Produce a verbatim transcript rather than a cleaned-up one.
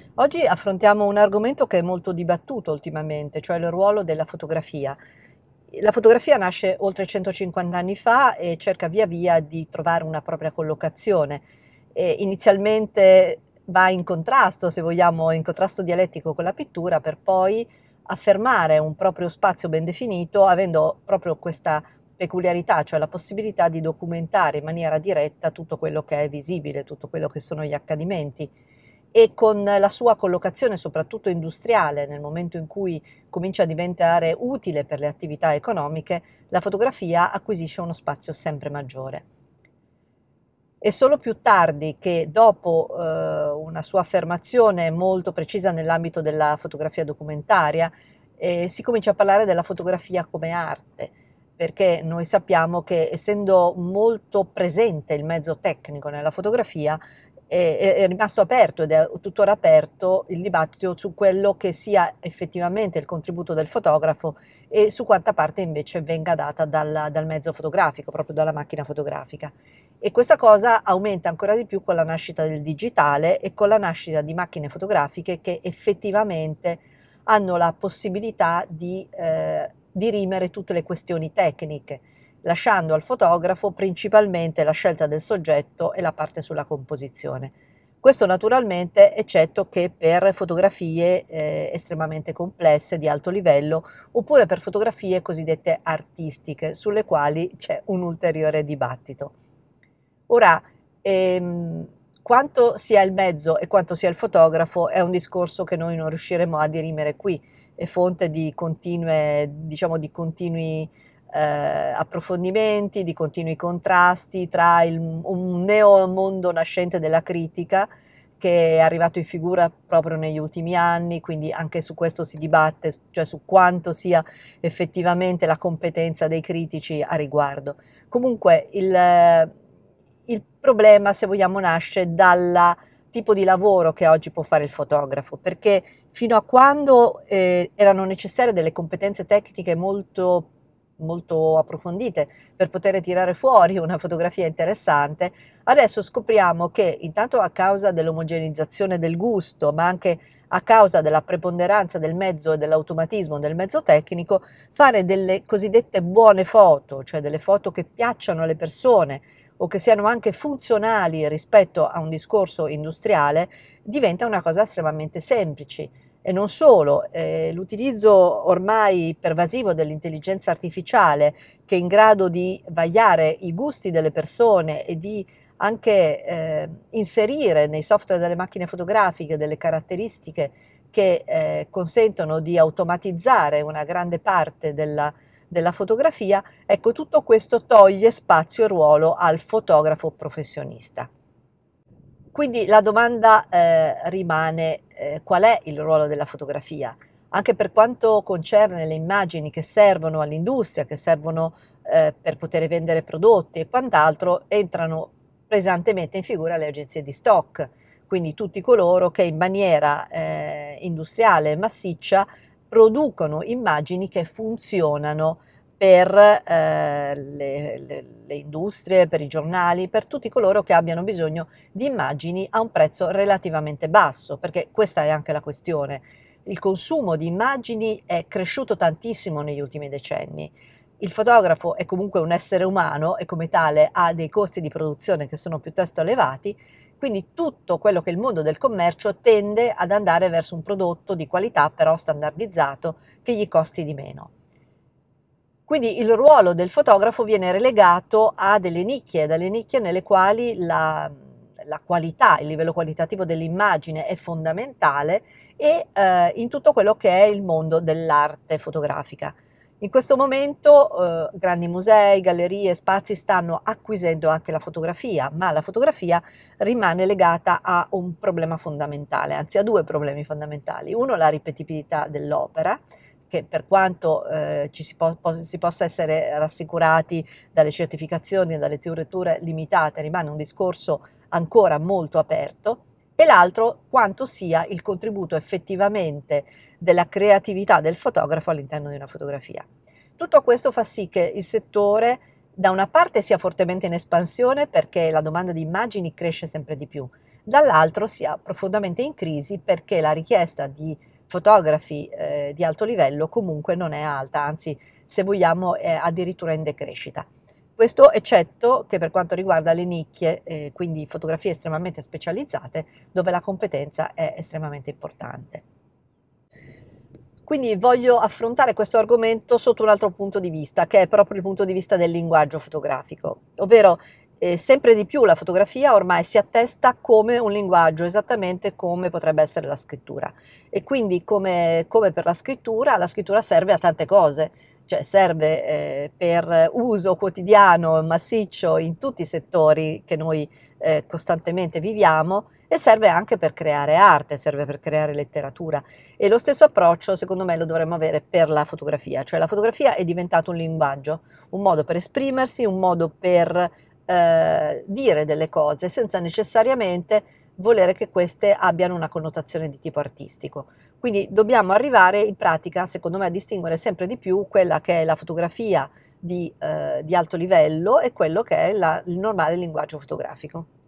Oggi affrontiamo un argomento che è molto dibattuto ultimamente, cioè il ruolo della fotografia. La fotografia nasce oltre centocinquanta anni fa e cerca via via di trovare una propria collocazione. E inizialmente va in contrasto, se vogliamo, in contrasto dialettico con la pittura, per poi affermare un proprio spazio ben definito, avendo proprio questa peculiarità, cioè la possibilità di documentare in maniera diretta tutto quello che è visibile, tutto quello che sono gli accadimenti. E con la sua collocazione soprattutto industriale, nel momento in cui comincia a diventare utile per le attività economiche, la fotografia acquisisce uno spazio sempre maggiore. È solo più tardi che, dopo eh, una sua affermazione molto precisa nell'ambito della fotografia documentaria, eh, si comincia a parlare della fotografia come arte, perché noi sappiamo che, essendo molto presente il mezzo tecnico nella fotografia, è, è- è rimasto aperto ed è tuttora aperto il dibattito su quello che sia effettivamente il contributo del fotografo e su quanta parte invece venga data dal, dal mezzo fotografico, proprio dalla macchina fotografica. E questa cosa aumenta ancora di più con la nascita del digitale e con la nascita di macchine fotografiche che effettivamente hanno la possibilità di eh, dirimere tutte le questioni tecniche, lasciando al fotografo principalmente la scelta del soggetto e la parte sulla composizione. Questo naturalmente eccetto che per fotografie eh, estremamente complesse, di alto livello, oppure per fotografie cosiddette artistiche, sulle quali c'è un ulteriore dibattito. Ora, ehm, quanto sia il mezzo e quanto sia il fotografo è un discorso che noi non riusciremo a dirimere qui, è fonte di continue, diciamo, di continui eh, approfondimenti, di continui contrasti tra il, un neo mondo nascente della critica che è arrivato in figura proprio negli ultimi anni, quindi anche su questo si dibatte, cioè su quanto sia effettivamente la competenza dei critici a riguardo. Comunque il, il problema, se vogliamo, nasce dal tipo di lavoro che oggi può fare il fotografo, perché fino a quando eh, erano necessarie delle competenze tecniche molto, molto approfondite per poter tirare fuori una fotografia interessante, adesso scopriamo che, intanto a causa dell'omogenizzazione del gusto, ma anche a causa della preponderanza del mezzo e dell'automatismo del mezzo tecnico, fare delle cosiddette buone foto, cioè delle foto che piacciono alle persone o che siano anche funzionali rispetto a un discorso industriale, diventa una cosa estremamente semplice. E non solo, eh, l'utilizzo ormai pervasivo dell'intelligenza artificiale, che è in grado di vagliare i gusti delle persone e di anche eh, inserire nei software delle macchine fotografiche delle caratteristiche che eh, consentono di automatizzare una grande parte della, della fotografia, ecco, tutto questo toglie spazio e ruolo al fotografo professionista. Quindi la domanda eh, rimane eh, qual è il ruolo della fotografia? Anche per quanto concerne le immagini che servono all'industria, che servono eh, per poter vendere prodotti e quant'altro, entrano pesantemente in figura le agenzie di stock, quindi tutti coloro che in maniera eh, industriale e massiccia producono immagini che funzionano per eh, le, le, le industrie, per i giornali, per tutti coloro che abbiano bisogno di immagini a un prezzo relativamente basso, perché questa è anche la questione. Il consumo di immagini è cresciuto tantissimo negli ultimi decenni. Il fotografo è comunque un essere umano e come tale ha dei costi di produzione che sono piuttosto elevati, quindi tutto quello che è il mondo del commercio tende ad andare verso un prodotto di qualità però standardizzato che gli costi di meno. Quindi il ruolo del fotografo viene relegato a delle nicchie, dalle nicchie nelle quali la, la qualità, il livello qualitativo dell'immagine è fondamentale e eh, in tutto quello che è il mondo dell'arte fotografica. In questo momento eh, grandi musei, gallerie, spazi stanno acquisendo anche la fotografia, ma la fotografia rimane legata a un problema fondamentale, anzi a due problemi fondamentali. Uno, la ripetibilità dell'opera, che per quanto eh, ci si, po- po- si possa essere rassicurati dalle certificazioni e dalle teorie limitate, rimane un discorso ancora molto aperto, e l'altro quanto sia il contributo effettivamente della creatività del fotografo all'interno di una fotografia. Tutto questo fa sì che il settore da una parte sia fortemente in espansione perché la domanda di immagini cresce sempre di più, dall'altro sia profondamente in crisi perché la richiesta di fotografi eh, di alto livello comunque non è alta, anzi se vogliamo è addirittura in decrescita. Questo eccetto che per quanto riguarda le nicchie, eh, quindi fotografie estremamente specializzate, dove la competenza è estremamente importante. Quindi voglio affrontare questo argomento sotto un altro punto di vista, che è proprio il punto di vista del linguaggio fotografico, ovvero eh, sempre di più la fotografia ormai si attesta come un linguaggio, esattamente come potrebbe essere la scrittura. E quindi come, come per la scrittura, la scrittura serve a tante cose, cioè serve eh, per uso quotidiano, massiccio in tutti i settori che noi eh, costantemente viviamo, e serve anche per creare arte, serve per creare letteratura. E lo stesso approccio secondo me lo dovremmo avere per la fotografia, cioè la fotografia è diventato un linguaggio, un modo per esprimersi, un modo per eh, dire delle cose senza necessariamente volere che queste abbiano una connotazione di tipo artistico. Quindi dobbiamo arrivare in pratica, secondo me, a distinguere sempre di più quella che è la fotografia di, eh, di alto livello e quello che è la, il normale linguaggio fotografico.